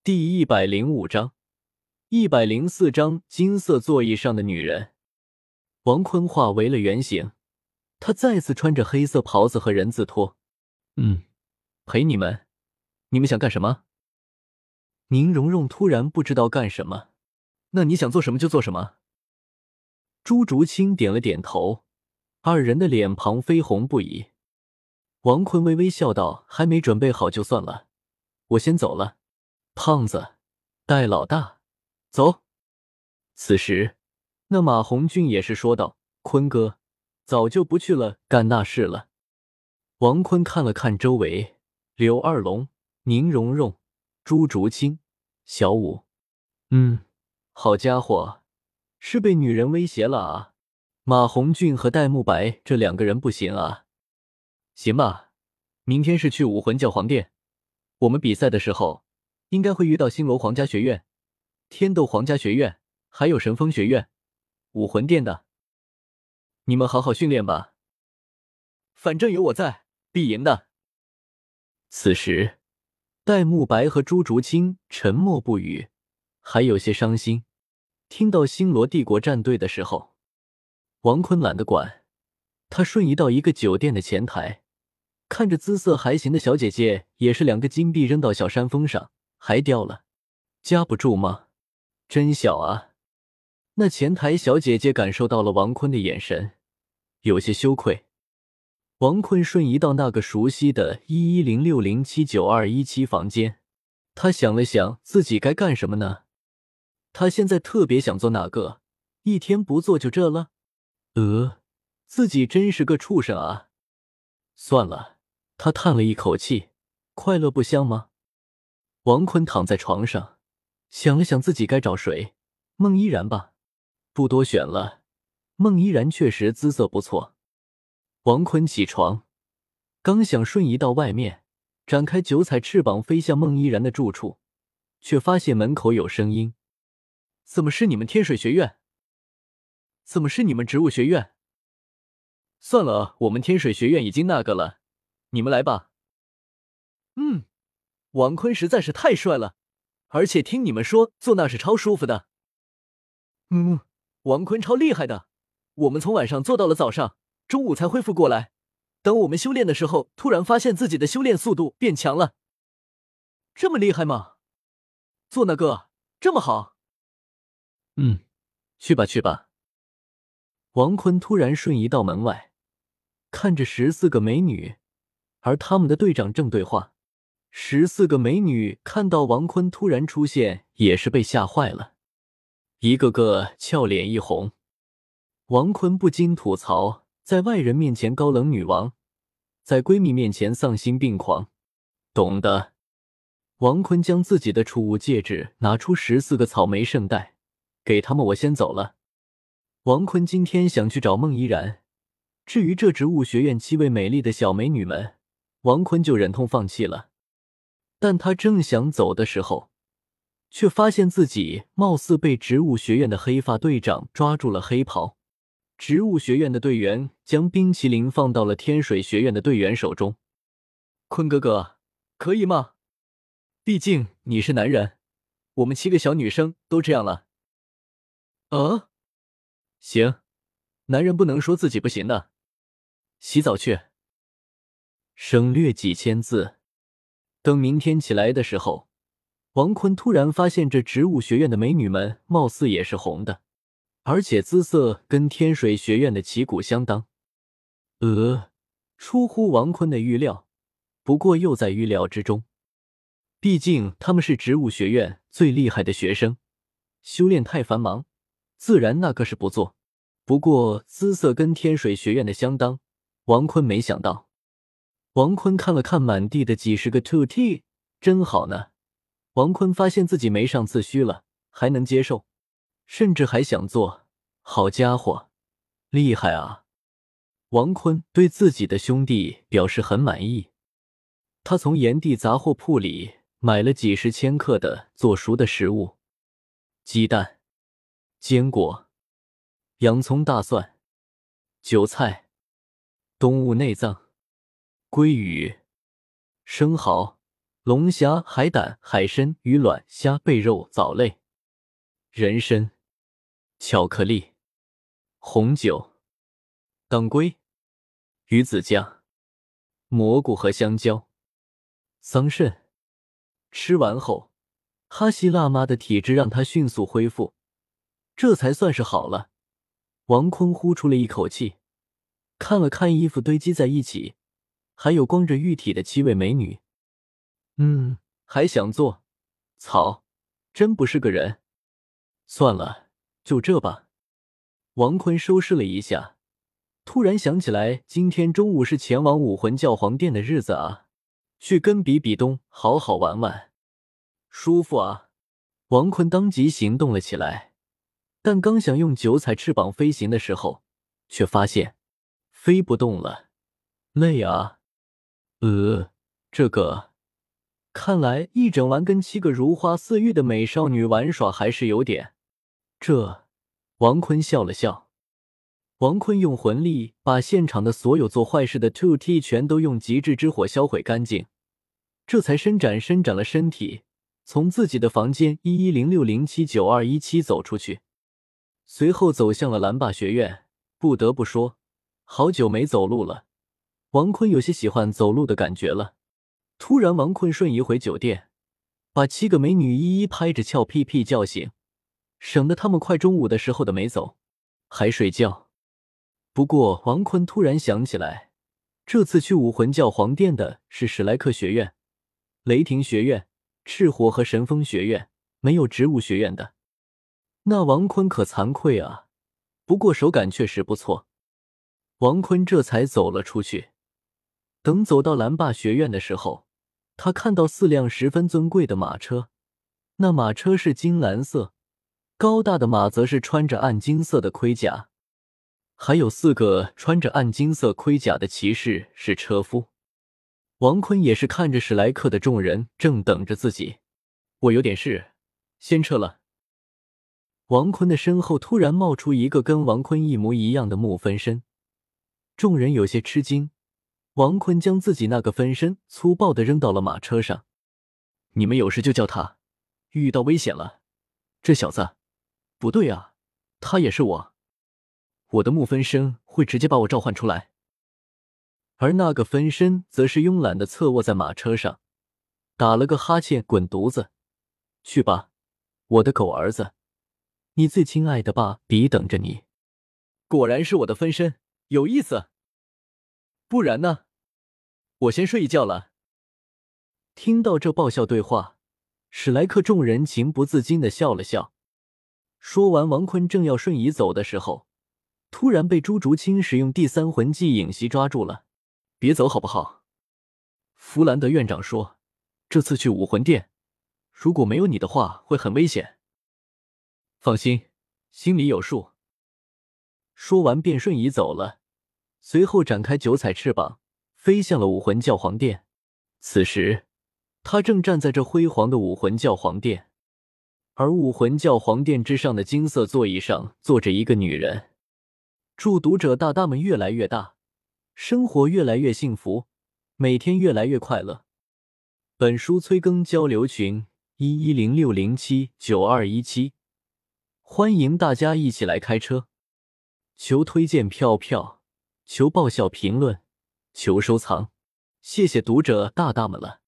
第105章104章金色座椅上的女人。王坤化为了圆形，他再次穿着黑色袍子和人字拖。陪你们，你们想干什么？宁荣荣突然不知道干什么。那你想做什么就做什么。朱竹清点了点头，二人的脸庞绯红不已。王坤微微笑道，还没准备好就算了，我先走了。胖子，戴老大，走。此时那马红俊也是说道，坤哥早就不去了干那事了。王坤看了看周围，柳二龙、宁荣荣、朱竹清、小舞。好家伙，是被女人威胁了啊。马红俊和戴沐白这两个人不行啊。行吧，明天是去武魂教皇殿，我们比赛的时候应该会遇到星罗皇家学院、天斗皇家学院，还有神风学院、武魂殿的。你们好好训练吧，反正有我在，必赢的。此时戴沐白和朱竹清沉默不语，还有些伤心。听到星罗帝国战队的时候，王坤懒得管，他瞬移到一个酒店的前台，看着姿色还行的小姐姐也是2个金币扔到小山峰上，还掉了，夹不住吗？真小啊。那前台小姐姐感受到了王坤的眼神，有些羞愧。王坤瞬移到那个熟悉的1106079217房间，他想了想自己该干什么呢？他现在特别想做那个，一天不做就这了。自己真是个畜生啊。算了，他叹了一口气，快乐不香吗？王坤躺在床上，想了想自己该找谁，孟依然吧，不多选了，孟依然确实姿色不错。王坤起床，刚想瞬移到外面，展开9彩翅膀飞向孟依然的住处，却发现门口有声音。怎么是你们天水学院？怎么是你们植物学院？算了，我们天水学院已经那个了，你们来吧。王坤实在是太帅了，而且听你们说做那是超舒服的。王坤超厉害的，我们从晚上做到了早上，中午才恢复过来。等我们修炼的时候，突然发现自己的修炼速度变强了。这么厉害吗？做那个这么好？去吧去吧。王坤突然瞬移到门外，看着14个美女，而他们的队长正对话。14个美女看到王坤突然出现，也是被吓坏了，一个个俏脸一红。王坤不禁吐槽，在外人面前高冷女王，在闺蜜面前丧心病狂，懂的。王坤将自己的储物戒指拿出14个草莓圣代，给他们，我先走了。王坤今天想去找孟依然，至于这植物学院7位美丽的小美女们，王坤就忍痛放弃了。但他正想走的时候，却发现自己貌似被植物学院的黑发队长抓住了黑袍。植物学院的队员将冰淇淋放到了天水学院的队员手中。坤哥哥，可以吗？毕竟你是男人，我们7个小女生都这样了。行，男人不能说自己不行的。洗澡去。省略几千字。等明天起来的时候，王坤突然发现这植物学院的美女们貌似也是红的，而且姿色跟天水学院的旗鼓相当。出乎王坤的预料，不过又在预料之中。毕竟他们是植物学院最厉害的学生，修炼太繁忙，自然那个是不做。不过姿色跟天水学院的相当，王坤没想到。王坤看了看满地的几十个 2T， 真好呢。王坤发现自己没上次虚了，还能接受，甚至还想做。好家伙，厉害啊！王坤对自己的兄弟表示很满意。他从炎帝杂货铺里买了几十千克的做熟的食物，鸡蛋、坚果、洋葱、大蒜、韭菜、动物内脏、鲑鱼、生蚝、 龙虾、海胆、海参、鱼卵、虾贝肉、藻类、人参、巧克力、红酒、当归、鱼子酱、蘑菇和香蕉、桑葚。吃完后，哈希辣妈的体质让她迅速恢复，这才算是好了。王坤呼出了一口气，看了看衣服堆积在一起，还有光着玉体的7位美女。还想做？草，真不是个人。算了，就这吧。王坤收拾了一下，突然想起来今天中午是前往武魂教皇殿的日子啊，去跟比比东好好玩玩。舒服啊！王坤当即行动了起来，但刚想用9彩翅膀飞行的时候，却发现飞不动了，累啊！这个看来一整晚跟7个如花似玉的美少女玩耍还是有点……王坤笑了笑。王坤用魂力把现场的所有做坏事的 2T 全都用极致之火销毁干净，这才伸展了身体，从自己的房间1106079217走出去，随后走向了蓝霸学院。不得不说，好久没走路了，王坤有些喜欢走路的感觉了。突然王坤瞬移回酒店，把7个美女一一拍着俏屁屁叫醒，省得他们快中午的时候的没走，还睡觉。不过王坤突然想起来，这次去武魂教皇殿的是史莱克学院、雷霆学院、赤火和神风学院，没有植物学院的。那王坤可惭愧啊，不过手感确实不错。王坤这才走了出去。等走到蓝霸学院的时候，他看到4辆十分尊贵的马车，那马车是金蓝色，高大的马则是穿着暗金色的盔甲，还有4个穿着暗金色盔甲的骑士是车夫。王坤也是看着史莱克的众人正等着自己，我有点事，先撤了。王坤的身后突然冒出一个跟王坤一模一样的木分身，众人有些吃惊。王坤将自己那个分身粗暴地扔到了马车上，你们有事就叫他，遇到危险了。这小子，不对啊，他也是我的木分身会直接把我召唤出来。而那个分身则是慵懒地侧卧在马车上，打了个哈欠，滚犊子，去吧，我的狗儿子，你最亲爱的爸比等着你。果然是我的分身，有意思。不然呢？我先睡一觉了。听到这爆笑对话，史莱克众人情不自禁地笑了笑。说完，王坤正要瞬移走的时候，突然被朱竹清使用第3魂技影袭抓住了。别走好不好？弗兰德院长说，这次去武魂殿，如果没有你的话会很危险。放心，心里有数。说完便瞬移走了，随后展开9彩翅膀飞向了武魂教皇殿。此时他正站在这辉煌的武魂教皇殿，而武魂教皇殿之上的金色座椅上坐着一个女人。祝读者大大们越来越大，生活越来越幸福，每天越来越快乐。本书催更交流群1106079217，欢迎大家一起来开车。求推荐票，求爆笑评论，求收藏，谢谢读者大大们了。